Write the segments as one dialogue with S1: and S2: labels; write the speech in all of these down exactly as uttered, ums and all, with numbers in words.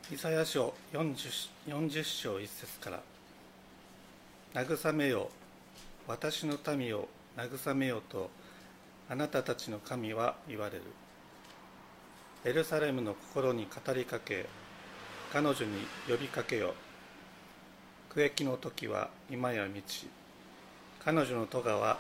S1: イサヤ書 よんじゅう, よんじゅう章いっ節から、慰めよ、私の民を慰めよとあなたたちの神は言われる。エルサレムの心に語りかけ、彼女に呼びかけよ。苦役の時は今や満ち、彼女の咎は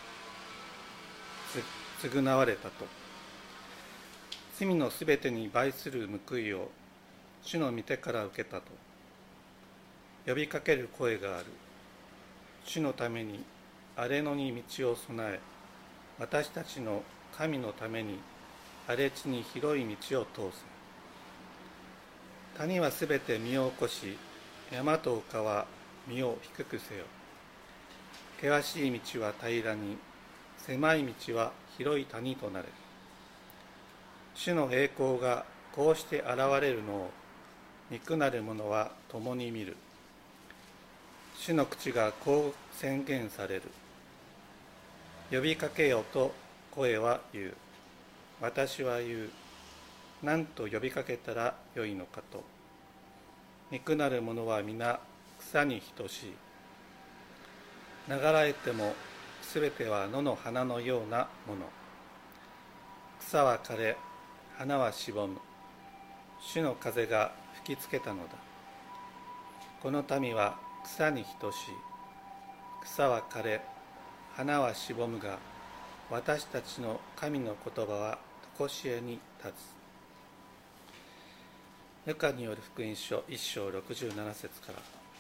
S1: 償われたと。罪のすべてに倍する報いを主の御手から受けたと呼びかける声がある。主のために荒れ野に道を備え、私たちの神のために荒れ地に広い道を通せ。谷はすべて身を起こし、山と丘は身を低くせよ。険しい道は平らに、狭い道は広い谷となれ。主の栄光がこうして現れるのを憎なる者は共に見る。主の口がこう宣言される。呼びかけよと声は言う。私は言う。何と呼びかけたらよいのかと。憎なる者は皆草に等しい。流れてもすべては野の花のようなもの。草は枯れ、花はしぼむ。主の風が吹きつけたのだ。この民は草に等しい。草は枯れ、花はしぼむが、私たちの神の言葉は常しえに立つ。ルカによる福音書いっ章ろくじゅうなな節から。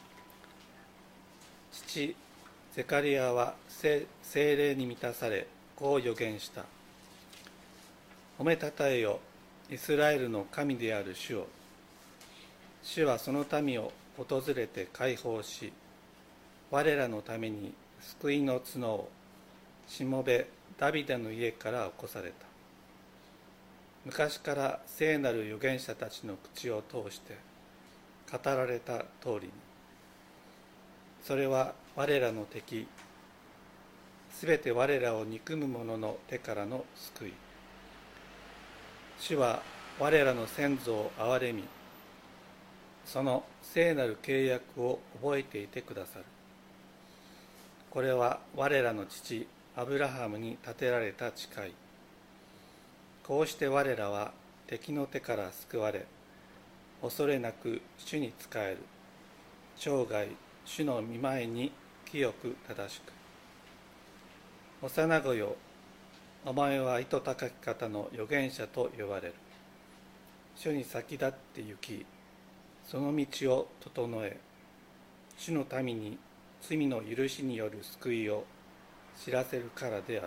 S1: 父ゼカリアは聖霊に満たされ、こう予言した。褒めたたえよ、イスラエルの神である主を。主はその民を訪れて解放し、我らのために救いの角をしもべダビデの家から起こされた。昔から聖なる預言者たちの口を通して語られた通りに、それは我らの敵、すべて我らを憎む者の手からの救い。主は我らの先祖を憐れみ、その聖なる契約を覚えていてくださる。これは我らの父アブラハムに立てられた誓い。こうして我らは敵の手から救われ、恐れなく主に仕える。生涯主の御前に清く正しく。幼子よ、お前は糸高き方の預言者と呼ばれる。主に先立って行き、その道を整え、主の民に罪の許しによる救いを知らせるからである。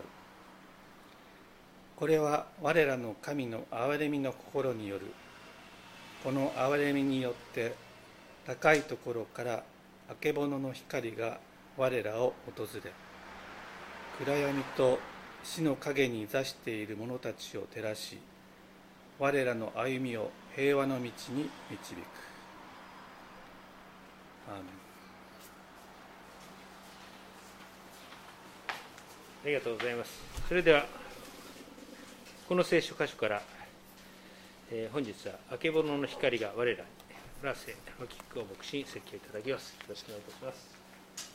S1: これは我らの神の憐れみの心による。この憐れみによって高いところからあけぼのの光が我らを訪れ、暗闇と死の影に座している者たちを照らし、我らの歩みを平和の道に導く。アーメン。
S2: ありがとうございます。それではこの聖書箇所から、えー、本日はあけぼのの光が我らに降らせお聞くを牧師に説教いただきます。よろしくお願いいたします。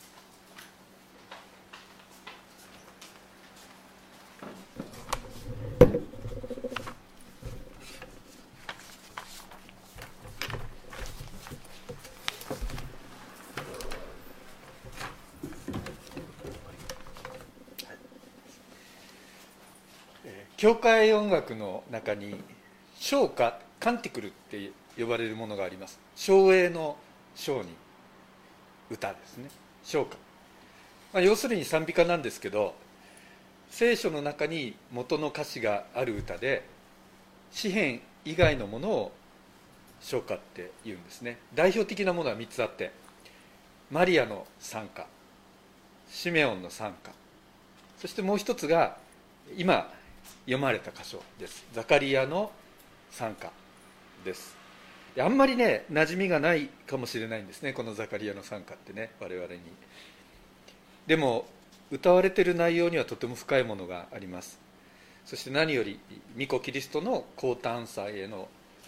S3: 教会音楽の中に唱歌、カンティクルって呼ばれるものがあります。唱詠の唱に歌ですね、唱歌、まあ、要するに賛美歌なんですけど、聖書の中に元の歌詞がある歌で、詩編以外のものを唱歌って言うんですね。代表的なものはみっつあって、マリアの賛歌、シメオンの賛歌、そしてもう一つが今読まれた箇所です。ザカリアの賛歌です。あんまりね馴染みがないかもしれないんですね、このザカリアの賛歌ってね、我々に。でも歌われている内容にはとても深いものがあります。そして何より御子キリストの降誕祭への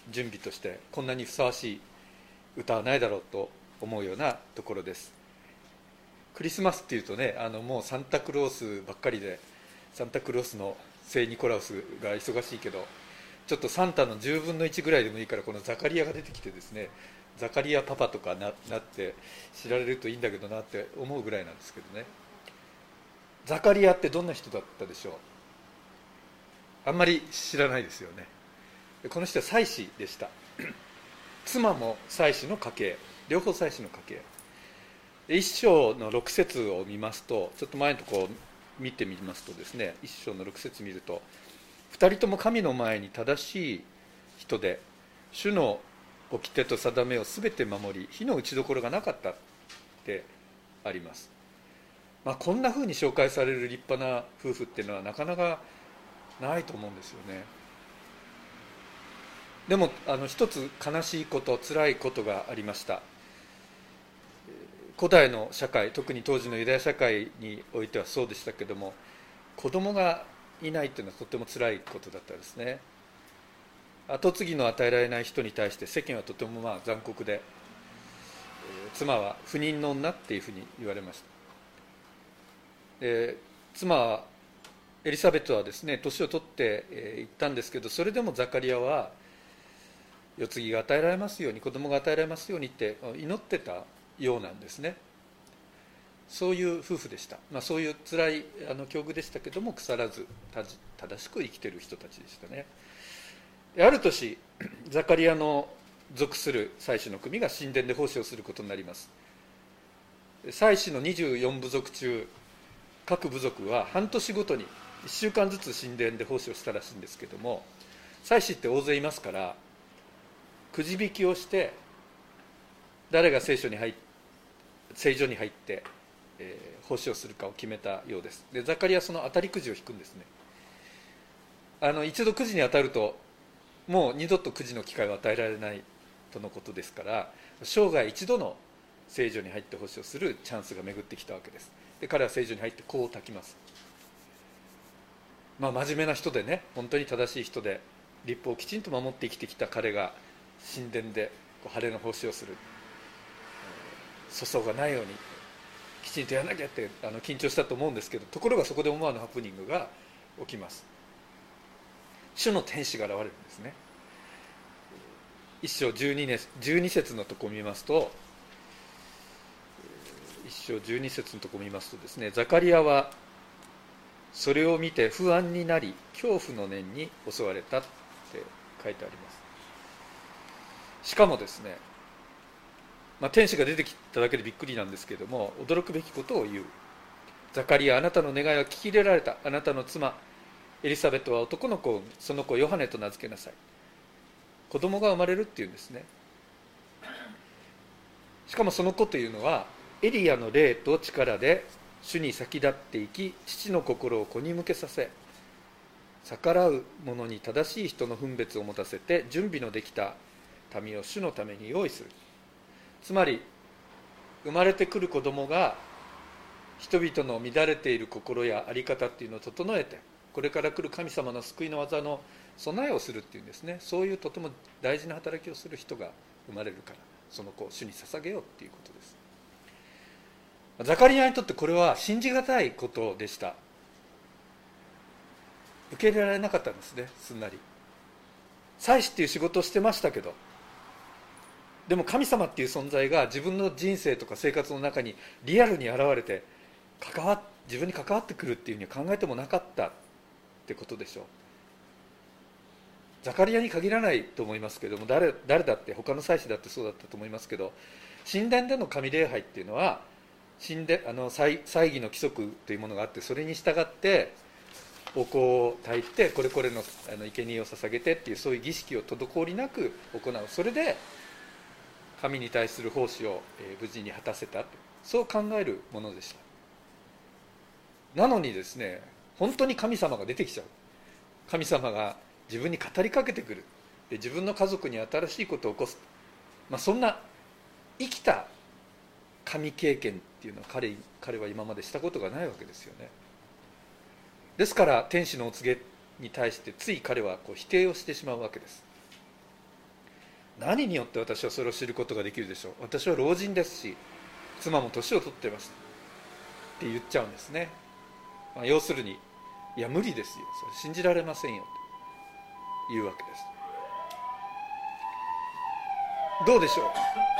S3: 準備としてこんなにふさわしい歌はないだろうと思うようなところです。クリスマスっていうとね、あのもうサンタクロースばっかりで、サンタクロースの聖ニコラウスが忙しいけど、ちょっとサンタのじゅうぶんのいちぐらいでもいいから、このザカリアが出てきてですね、ザカリアパパとか な, なって知られるといいんだけどなって思うぐらいなんですけどね。ザカリアってどんな人だったでしょう。あんまり知らないですよね。この人は祭司でした。妻も祭司の家系、両方祭司の家系。一章の六節を見ますと、ちょっと前のとこう見てみますとですね、一章の六節見ると、二人とも神の前に正しい人で、主の掟と定めをすべて守り、火の打ちどころがなかったってあります。まあ、こんなふうに紹介される立派な夫婦っていうのはなかなかないと思うんですよね。でもあの一つ悲しいこと、辛いことがありました。古代の社会、特に当時のユダヤ社会においてはそうでしたけども、子供がいないというのはとても辛いことだったですね。後継ぎの与えられない人に対して世間はとてもまあ残酷で、妻は不妊の女っていうふうに言われました。で妻はエリザベトはですね、年を取っていったんですけど、それでもザカリアは世継ぎが与えられますように、子供が与えられますようにって祈ってたようなんですね。そういう夫婦でした。まあ、そういう辛いあの境遇でしたけども、腐らず正しく生きている人たちでしたね。ある年、ザカリアの属する祭司の組が神殿で奉仕をすることになります。祭司のにじゅうよん部族中、各部族は半年ごとにいっしゅうかんずつ神殿で奉仕をしたらしいんですけども、祭司って大勢いますから、くじ引きをして誰が聖書に入っ聖所に入って、えー、奉仕をするかを決めたようです。でザカリアはその当たりくじを引くんですね。あの一度くじに当たるともう二度とくじの機会を与えられないとのことですから、生涯一度の聖所に入って奉仕をするチャンスが巡ってきたわけです。で彼は聖所に入ってこう焚きます。まあ真面目な人でね、本当に正しい人で律法をきちんと守って生きてきた彼が神殿で晴れの奉仕をする、粗相がないようにきちんとやらなきゃってあの緊張したと思うんですけど、ところがそこで思わぬハプニングが起きます。主の天使が現れるんですね。一章じゅうに節のところを見ますと、一章じゅうに節のところを見ますとですね、ザカリアはそれを見て不安になり恐怖の念に襲われたって書いてあります。しかもですね、まあ、天使が出てきただけでびっくりなんですけれども、驚くべきことを言う。ザカリア、あなたの願いは聞き入れられた。あなたの妻エリザベトは男の子をその子をヨハネと名付けなさい。子供が生まれるっていうんですね。しかもその子というのはエリアの霊と力で主に先立っていき、父の心を子に向けさせ、逆らう者に正しい人の分別を持たせて準備のできた民を主のために用意する。つまり生まれてくる子供が人々の乱れている心や在り方っていうのを整えて、これから来る神様の救いの技の備えをするっていうんですね。そういうとても大事な働きをする人が生まれるから、その子を主に捧げようっていうことです。ザカリアにとってこれは信じがたいことでした。受け入れられなかったんですね、すんなり。祭司っていう仕事をしてましたけど、でも神様っていう存在が自分の人生とか生活の中にリアルに現れて関わ自分に関わってくるっていうふうには考えてもなかったってことでしょう。ザカリアに限らないと思いますけども、 誰, 誰だって他の祭司だってそうだったと思いますけど、神殿での神礼拝っていうのは神殿あの 祭, 祭儀の規則というものがあって、それに従ってお香を焚いてこれこれ の, あの生贄を捧げてっていう、そういう儀式を滞りなく行う。それで神に対する奉仕を無事に果たせた、そう考えるものでした。なのにですね、本当に神様が出てきちゃう。神様が自分に語りかけてくる。で自分の家族に新しいことを起こす、まあ、そんな生きた神経験っていうのは 彼, 彼は今までしたことがないわけですよね。ですから天使のお告げに対してつい彼はこう否定をしてしまうわけです。 何によって私はそれを知ることができるでしょう。私は老人ですし妻も年を取ってますって言っちゃうんですね。まあ、要するに、いや無理ですよ、それ信じられませんよというわけです。どうでしょう、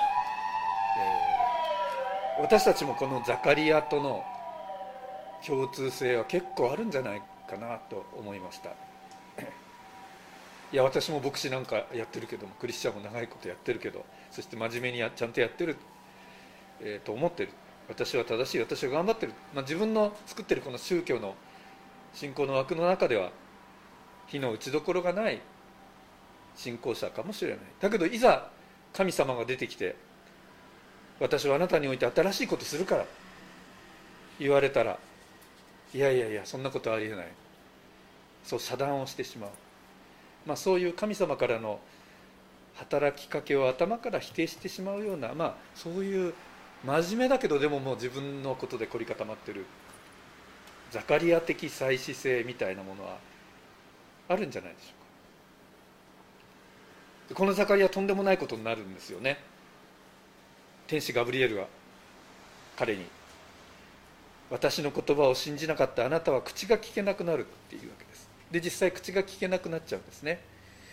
S3: えー、私たちもこのザカリアとの共通性は結構あるんじゃないかなと思いました。いや私も牧師なんかやってるけども、クリスチャンも長いことやってるけど、そして真面目にやちゃんとやってる、えー、と思ってる、私は正しい、私は頑張ってる、まあ、自分の作ってるこの宗教の信仰の枠の中では火の打ちどころがない信仰者かもしれない。だけどいざ神様が出てきて、私はあなたにおいて新しいことするから言われたら、いやいやいやそんなことありえない、そう遮断をしてしまう。まあ、そういう神様からの働きかけを頭から否定してしまうような、まあ、そういう真面目だけどでももう自分のことで凝り固まってるザカリア的祭司性みたいなものはあるんじゃないでしょうか。このザカリアはとんでもないことになるんですよね。天使ガブリエルは彼に、私の言葉を信じなかったあなたは口が聞けなくなるっていうわけです。で実際口が聞けなくなっちゃうんですね。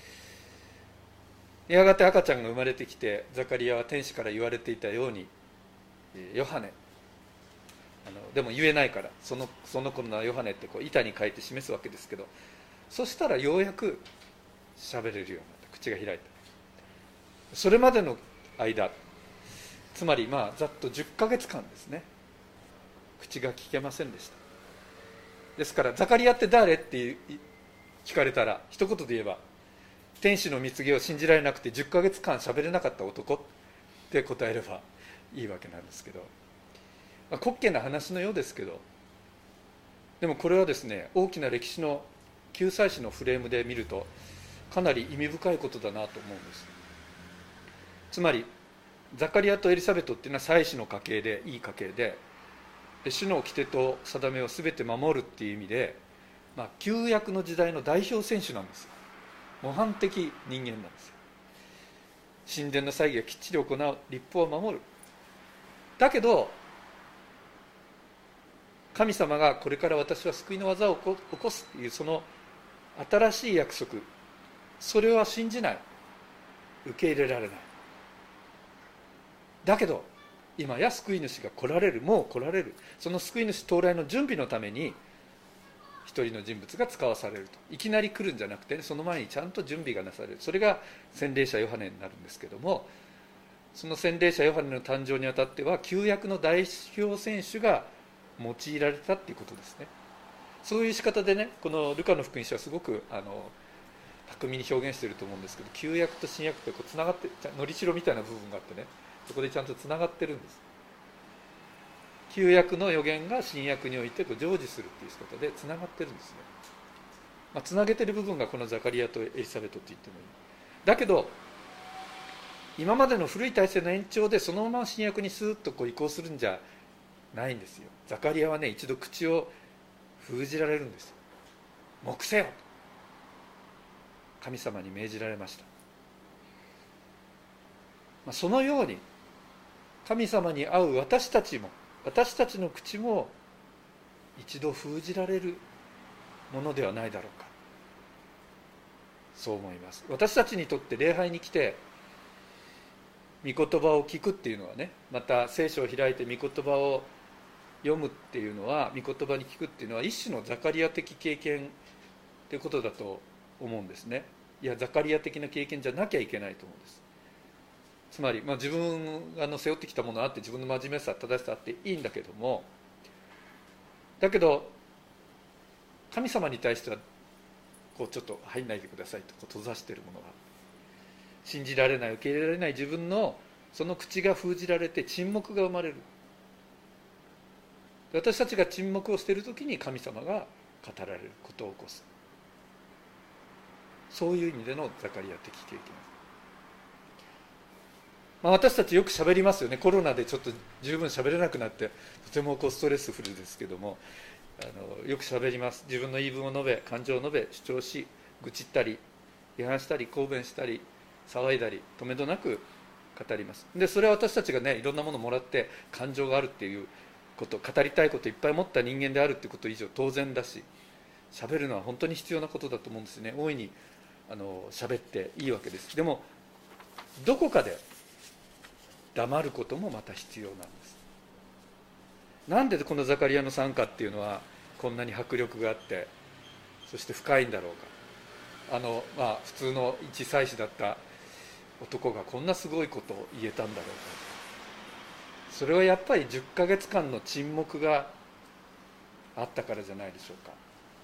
S3: やがて赤ちゃんが生まれてきて、ザカリアは天使から言われていたように、ヨハネ、あのでも言えないからそのその子の名はヨハネってこう板に書いて示すわけですけど、そしたらようやく喋れるようになった、口が開いた。それまでの間、つまりまあざっとじゅっかげつかんですね、口が聞けませんでした。ですからザカリアって誰って聞かれたら一言で言えば、天使の蜜毛を信じられなくてじゅっかげつかん喋れなかった男って答えればいいわけなんですけど、まあ、滑稽な話のようですけど、でもこれはですね、大きな歴史の救済史のフレームで見るとかなり意味深いことだなと思うんです。つまりザカリアとエリザベトっていうのは祭司の家系で、いい家系で、主の掟と定めを全て守るっていう意味で、まあ、旧約の時代の代表選手なんですよ。模範的人間なんですよ。神殿の祭儀をきっちり行う、律法を守る。だけど神様がこれから私は救いの技を起こすっていうその新しい約束、それは信じない、受け入れられない。だけど今や救い主が来られる、もう来られる、その救い主到来の準備のために一人の人物が使わされると。いきなり来るんじゃなくて、その前にちゃんと準備がなされる。それが洗礼者ヨハネになるんですけども、その洗礼者ヨハネの誕生にあたっては旧約の代表選手が用いられたっていうことですね。そういう仕方でね、このルカの福音書はすごくあの巧みに表現していると思うんですけど、旧約と新約ってこうつながって、のりしろみたいな部分があってね、そこでちゃんとつながってるんです。旧約の予言が新約においてこう成就するっていう仕方でつながってるんですね。まあ、つなげてる部分がこのザカリアとエリザベトって言ってもいい。だけど今までの古い体制の延長でそのまま新約にスーッとこう移行するんじゃないんですよ。ザカリアはね、一度口を封じられるんですよ。黙せよと神様に命じられました。まあ、そのように神様に会う私たちも、私たちの口も一度封じられるものではないだろうか、そう思います。私たちにとって礼拝に来て御言葉を聞くっていうのはね、また聖書を開いて御言葉を読むっていうのは、御言葉に聞くっていうのは一種のザカリア的経験っていうことだと思うんですね。いやザカリア的な経験じゃなきゃいけないと思うんです。つまり、まあ、自分がの背負ってきたものがあって、自分の真面目さ正しさあっていいんだけども、だけど神様に対してはこうちょっと入んないでくださいとこう閉ざしているものが、信じられない、受け入れられない自分のその口が封じられて沈黙が生まれる。私たちが沈黙をしているときに神様が語られることを起こす、そういう意味でのザカリア的経験。まあ、私たちよく喋りますよね。コロナでちょっと十分喋れなくなってとてもこうストレスフルですけども、あのよく喋ります。自分の言い分を述べ、感情を述べ、主張し、愚痴ったり批判したり抗弁したり騒いだりとめどなく語ります。でそれは私たちがねいろんなものをもらって感情があるっていうこと、語りたいこといっぱい持った人間であるっていうこと以上当然だし、喋るのは本当に必要なことだと思うんですね。大いにあの喋っていいわけです。でもどこかで黙ることもまた必要なんです。なんでこのザカリアの賛歌っていうのはこんなに迫力があってそして深いんだろうか。あのまあ普通の一祭司だった男がこんなすごいことを言えたんだろうか。それはやっぱりじゅっかげつかんの沈黙があったからじゃないでしょうか。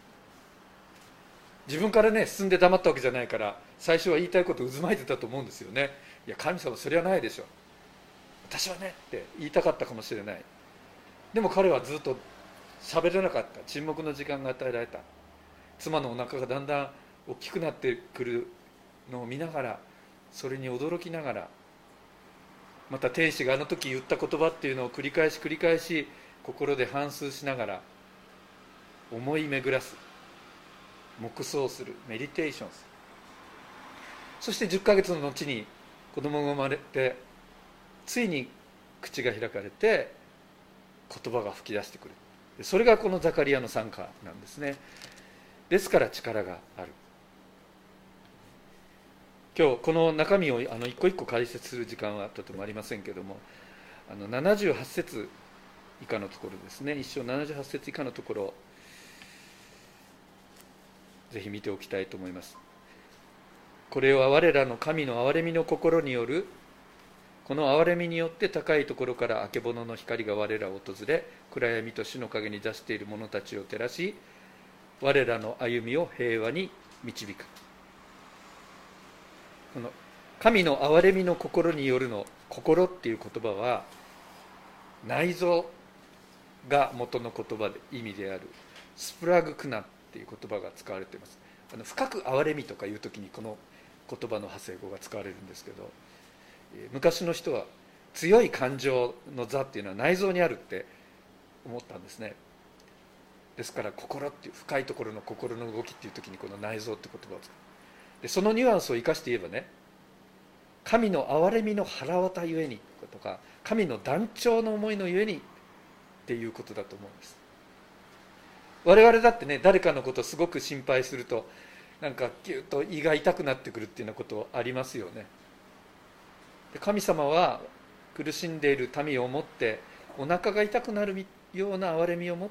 S3: 自分からね進んで黙ったわけじゃないから最初は言いたいことを渦巻いてたと思うんですよね。いや神様それはないでしょ、私はねって言いたかったかもしれない。でも彼はずっと喋れなかった。沈黙の時間が与えられた。妻のお腹がだんだん大きくなってくるのを見ながら、それに驚きながら、また天使があの時言った言葉っていうのを繰り返し繰り返し心で反芻しながら思い巡らす、黙想する、メディテーションする。そしてじゅっかげつの後に子供が生まれて、ついに口が開かれて言葉が吹き出してくる。それがこのザカリアの賛歌なんですね。ですから力がある。今日この中身をあの一個一個解説する時間はとてもありませんけれども、あのななじゅうはち節以下のところですね、一章ななじゅうはち節以下のところをぜひ見ておきたいと思います。これは我らの神の憐れみの心による、この憐れみによって高いところからあけぼのの光が我らを訪れ、暗闇と死の陰に座している者たちを照らし、我らの歩みを平和に導く。この神の憐れみの心によるの心っていう言葉は内臓が元の言葉で意味であるスプラグクナっていう言葉が使われています。あの深く憐れみとかいう時にこの言葉の派生語が使われるんですけど、昔の人は強い感情の座っていうのは内臓にあるって思ったんですね。ですから心っていう深いところの心の動きっていう時にこの内臓って言葉を使う。でそのニュアンスを生かして言えばね、神の憐れみの腹渡ゆえにとか、神の断腸の思いのゆえにっていうことだと思うんです。我々だってね、誰かのことをすごく心配するとなんかギュッと胃が痛くなってくるっていうようなことありますよね。で神様は苦しんでいる民を思ってお腹が痛くなるような憐れみを持って、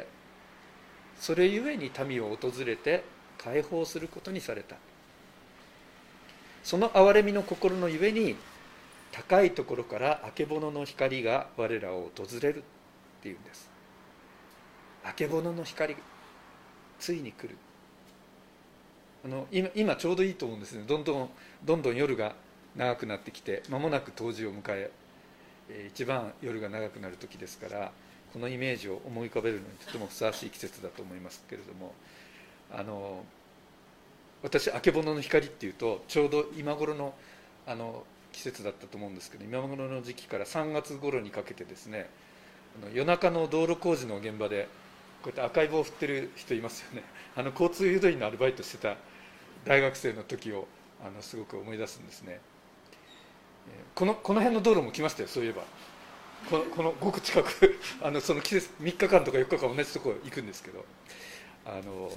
S3: それゆえに民を訪れて解放することにされた。その憐れみの心のゆえに高いところからあけぼのの光が我らを訪れるっていうんです。あけぼのの光がついに来る。あの 今, 今ちょうどいいと思うんですね。どんどんどんどん夜が長くなってきて、間もなく冬至を迎え、一番夜が長くなる時ですから、このイメージを思い浮かべるのにとてもふさわしい季節だと思いますけれども、あの私あけぼのの光っていうとちょうど今頃 の, あの季節だったと思うんですけど、今頃の時期からさんがつ頃にかけてですね、あの夜中の道路工事の現場でこうやって赤い棒を振ってる人いますよね。あの交通誘導員のアルバイトしてた大学生の時をあのすごく思い出すんですね。このこの辺の道路も来ましたよ、そういえば。このこのごく近くあのその季節みっかかんとかよっかかん同じところ行くんですけど、あの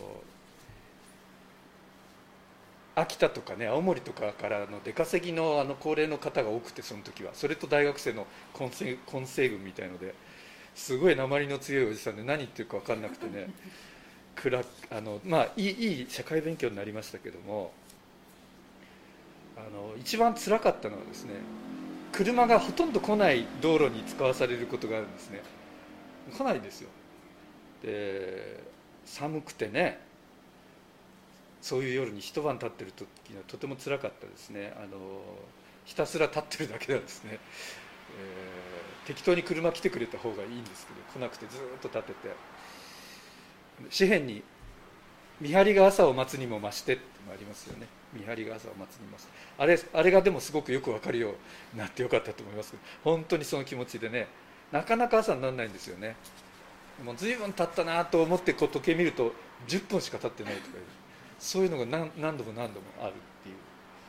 S3: 秋田とかね、青森とかからの出稼ぎ の, あの高齢の方が多くて、その時はそれと大学生の混成混成軍みたいのですごい訛りの強いおじさんで何言ってるか分かんなくてね暗あの、まあ、いい, いい社会勉強になりましたけども、あの一番つらかったのはですね、車がほとんど来ない道路に使わされることがあるんですね。来ないんですよ。で寒くてね、そういう夜に一晩立ってる時にはとてもつらかったですね。あのひたすら立ってるだけなんですね、えー、適当に車来てくれた方がいいんですけど、来なくてずっと立ってて、詩篇に見張りが朝を待つにも増してってのありますよね。見張りが朝を待つにも増して、あれあれがでもすごくよく分かるようになってよかったと思いますけど、本当にその気持ちでね、なかなか朝にならないんですよね。もう随分経ったなと思ってこう時計見るとじゅっぷんしか経ってないとかいう、そういうのが 何, 何度も何度もあるっていう。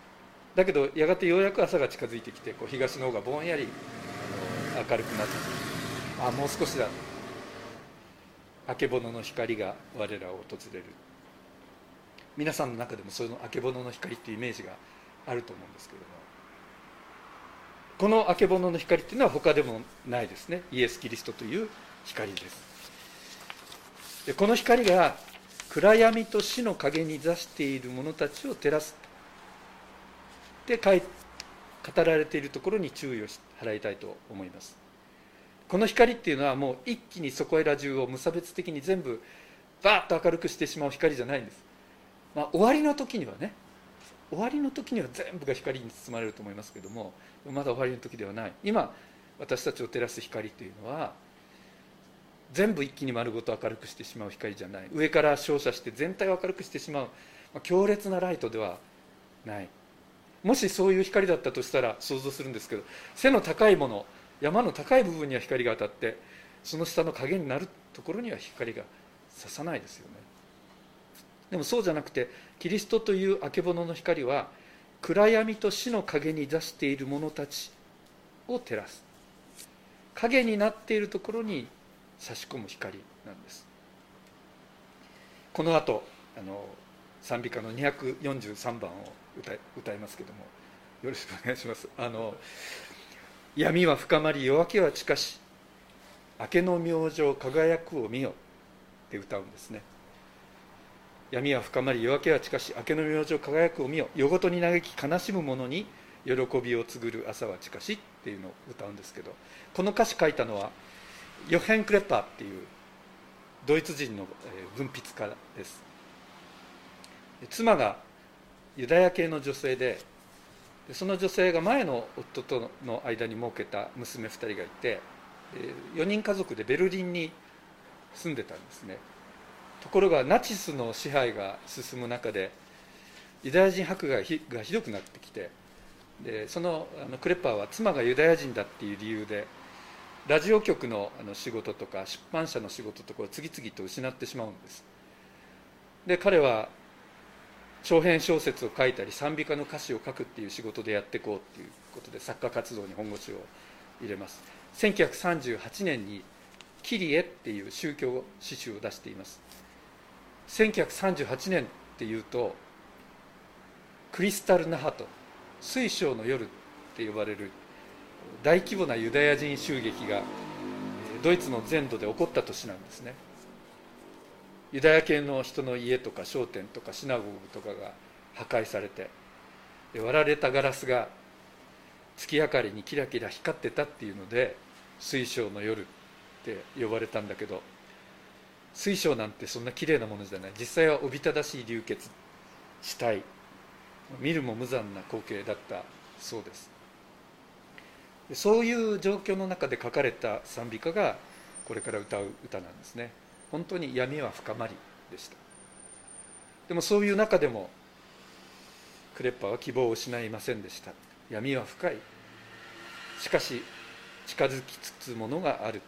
S3: だけどやがてようやく朝が近づいてきて、こう東の方がぼんやりあの明るくなって、ああもう少しだ、あけぼのの光が我らを訪れる。皆さんの中でもそのあけぼのの光っていうイメージがあると思うんですけれども、このあけぼのの光っていうのは他でもないですね。イエス・キリストという光です。でこの光が暗闇と死の影に座している者たちを照らすって書い語られているところに注意を払いたいと思います。この光っていうのはもう一気にそこら中を無差別的に全部バーッと明るくしてしまう光じゃないんです。まあ、終わりの時にはね、終わりの時には全部が光に包まれると思いますけども、まだ終わりの時ではない。今私たちを照らす光というのは全部一気に丸ごと明るくしてしまう光じゃない。上から照射して全体を明るくしてしまう、まあ、強烈なライトではない。もしそういう光だったとしたら想像するんですけど、背の高いもの、山の高い部分には光が当たって、その下の影になるところには光が差さないですよね。でもそうじゃなくて、キリストというあけぼのの光は暗闇と死の影に座している者たちを照らす、影になっているところに差し込む光なんです。この後あの賛美歌のにひゃくよんじゅうさんばんを歌い、歌いますけども、よろしくお願いします。あの闇は深まり夜明けは近し、明けの明星輝くを見よって歌うんですね。闇は深まり夜明けは近し、明けの明星輝くを見よ、夜ごとに嘆き悲しむ者に喜びを告ぐる朝は近しっていうのを歌うんですけど、この歌詞書いたのはヨヘン・クレッパーっていうドイツ人の文筆家です。妻がユダヤ系の女性で、その女性が前の夫との間に設けた娘ふたりがいて、よにん家族でベルリンに住んでたんですね。ところがナチスの支配が進む中でユダヤ人迫害がひどくなってきて、でそのあのクレッパーは妻がユダヤ人だっていう理由でラジオ局のあの仕事とか出版社の仕事とかを次々と失ってしまうんです。で彼は長編小説を書いたり賛美歌の歌詞を書くっていう仕事でやっていこうっていうことで作家活動に本腰を入れます。せんきゅうひゃくさんじゅうはちねんにキリエっていう宗教詩集を出しています。せんきゅうひゃくさんじゅうはちねんっていうとクリスタルナハト、水晶の夜って呼ばれる大規模なユダヤ人襲撃がドイツの全土で起こった年なんですね。ユダヤ系の人の家とか商店とかシナゴグとかが破壊されて、割られたガラスが月明かりにキラキラ光ってたっていうので水晶の夜って呼ばれたんだけど、水晶なんてそんな綺麗なものじゃない。実際はおびただしい流血死体、見るも無残な光景だったそうです。そういう状況の中で書かれた賛美歌がこれから歌う歌なんですね。本当に闇は深まりでした。でもそういう中でもクレッパーは希望を失いませんでした。闇は深い、しかし近づきつつものがある。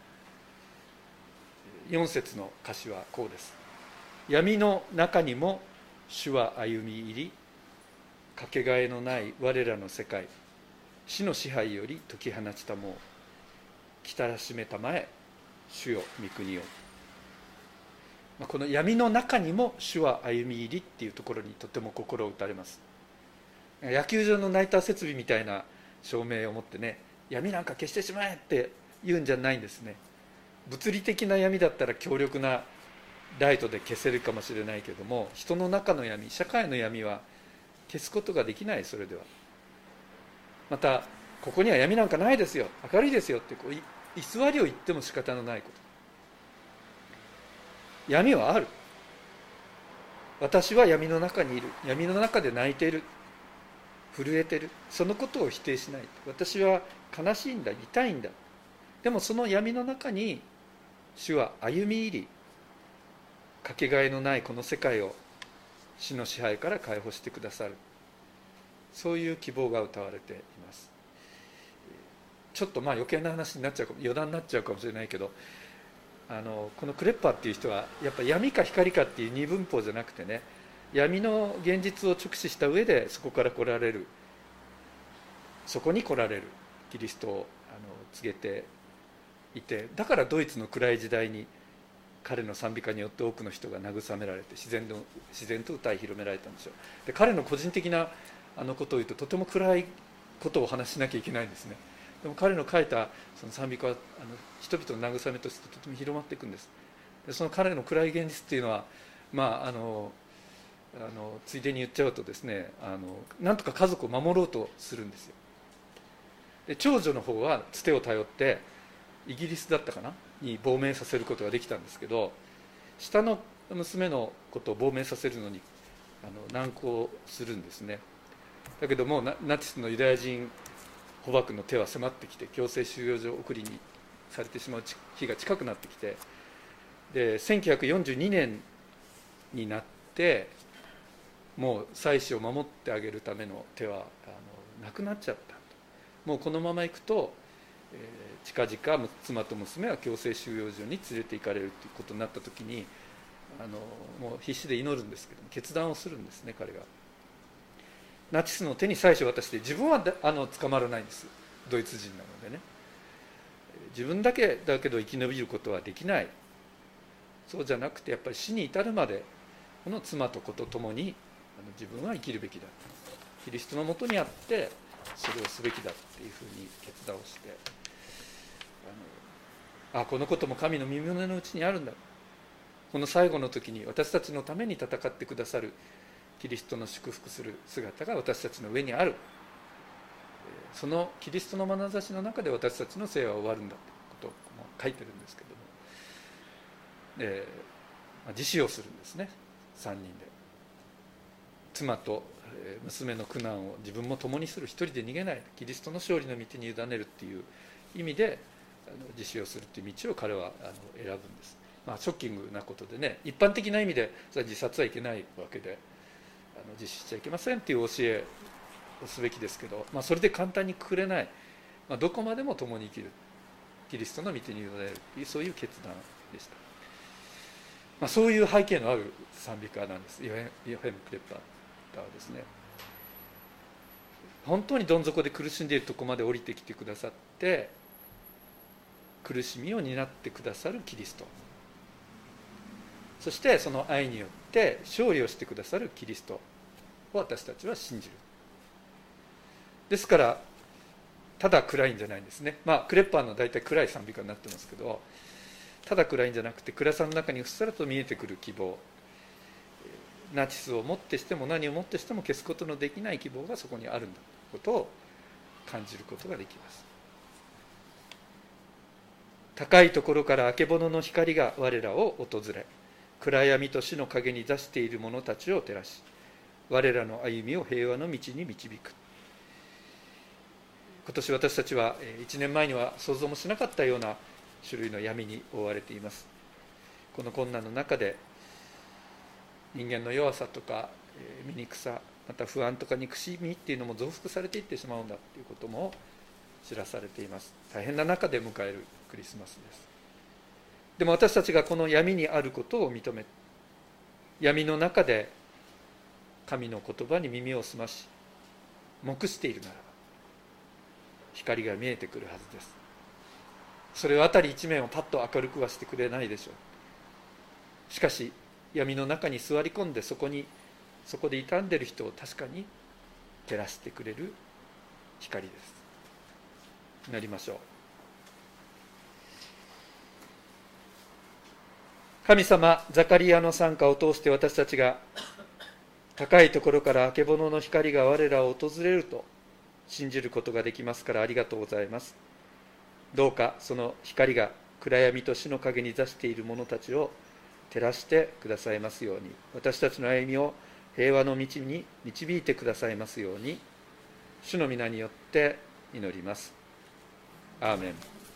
S3: よん節の歌詞はこうです。闇の中にも主は歩み入り、かけがえのない我らの世界、死の支配より解き放ちたもう、きたらしめたまえ主よ御国を。この闇の中にも主は歩み入りっていうところにとても心を打たれます。野球場のナイター設備みたいな照明を持ってね、闇なんか消してしまえって言うんじゃないんですね。物理的な闇だったら強力なライトで消せるかもしれないけども、人の中の闇、社会の闇は消すことができない。それではまたここには闇なんかないですよ、明るいですよってこう偽りを言っても仕方のないこと。闇はある。私は闇の中にいる、闇の中で泣いている、震えている、そのことを否定しない。私は悲しいんだ、痛いんだ。でもその闇の中に主は歩み入り、かけがえのないこの世界を死の支配から解放してくださる、そういう希望が歌われています。ちょっとまあ余計な話になっちゃうかも、余談になっちゃうかもしれないけど、あのこのクレッパーっていう人はやっぱ闇か光かっていう二分法じゃなくてね、 闇の現実を直視した上でそこから来られる、そこに来られるキリストをあの告げていて、だからドイツの暗い時代に彼の賛美歌によって多くの人が慰められて自然の自然と歌い広められたんですよ。で彼の個人的なあのことを言うととても暗いことをお話ししなきゃいけないんですね。でも彼の書いたその賛美歌はあの人々の慰めとしてとても広まっていくんです。でその彼の暗い現実っていうのは、まああのあのついでに言っちゃうとですね、あのなんとか家族を守ろうとするんですよ。で長女の方はつてを頼ってイギリスだったかなに亡命させることができたんですけど、下の娘のことを亡命させるのにあの難航するんですね。だけどもナチスのユダヤ人捕獲の手は迫ってきて、強制収容所送りにされてしまう日が近くなってきて、でせんきゅうひゃくよんじゅうにねんになってもう妻子を守ってあげるための手はあのなくなっちゃった。もうこのままいくと、えー、近々妻と娘は強制収容所に連れて行かれるということになった時に、あのもう必死で祈るんですけど決断をするんですね。彼がナチスの手に妻子を渡して、自分はあの捕まらないんです、ドイツ人なのでね。自分だけだけど生き延びることはできない。そうじゃなくてやっぱり死に至るまでこの妻と子と共にあの自分は生きるべきだ、キリストのもとにあってそれをすべきだっていうふうに決断をして、あのあこのことも神の身胸のうちにあるんだ、この最後の時に私たちのために戦ってくださるキリストの祝福する姿が私たちの上にある、そのキリストの眼差しの中で私たちの生は終わるんだということを書いてるんですけども、えーまあ、自死をするんですね。さんにんで妻と娘の苦難を自分も共にする、一人で逃げない、キリストの勝利の道に委ねるっていう意味であの自死をするっていう道を彼はあの選ぶんです。まあ、ショッキングなことでね、一般的な意味でそれは自殺はいけないわけで、あの自死しちゃいけませんっていう教えをすべきですけど、まあ、それで簡単にくくれない、まあ、どこまでも共に生きる、キリストの道に委ねるっていう、そういう決断でした。まあ、そういう背景のある賛美歌なんです。ヨヘム・クレッパーはですね、本当にどん底で苦しんでいるところまで降りてきてくださって、苦しみを担ってくださるキリスト、そしてその愛によって勝利をしてくださるキリストを私たちは信じる。ですからただ暗いんじゃないんですね。まあクレッパーの大体暗い賛美歌になってますけど、ただ暗いんじゃなくて暗さの中にうっすらと見えてくる希望、ナチスをもってしても何をもってしても消すことのできない希望がそこにあるんだということを感じることができます。高いところからあけぼのの光が我らを訪れ、暗闇と死の影に座している者たちを照らし、我らの歩みを平和の道に導く。今年私たちはいちねんまえには想像もしなかったような種類の闇に覆われています。この困難の中で人間の弱さとか醜さ、また不安とか憎しみっていうのも増幅されていってしまうんだということも知らされています。大変な中で迎えるクリスマスです。でも私たちがこの闇にあることを認め、闇の中で神の言葉に耳を澄まし黙しているならば光が見えてくるはずです。それは辺り一面をパッと明るくはしてくれないでしょう。しかし闇の中に座り込んでそこにそこで傷んでいる人を確かに照らしてくれる光です。祈りましょう。神様、ザカリアの賛歌を通して私たちが高いところからあけぼのの光が我らを訪れると信じることができますからありがとうございます。どうかその光が暗闇と死の陰に座している者たちを照らしてくださいますように、私たちの歩みを平和の道に導いてくださいますように、主の皆によって祈ります。アーメン。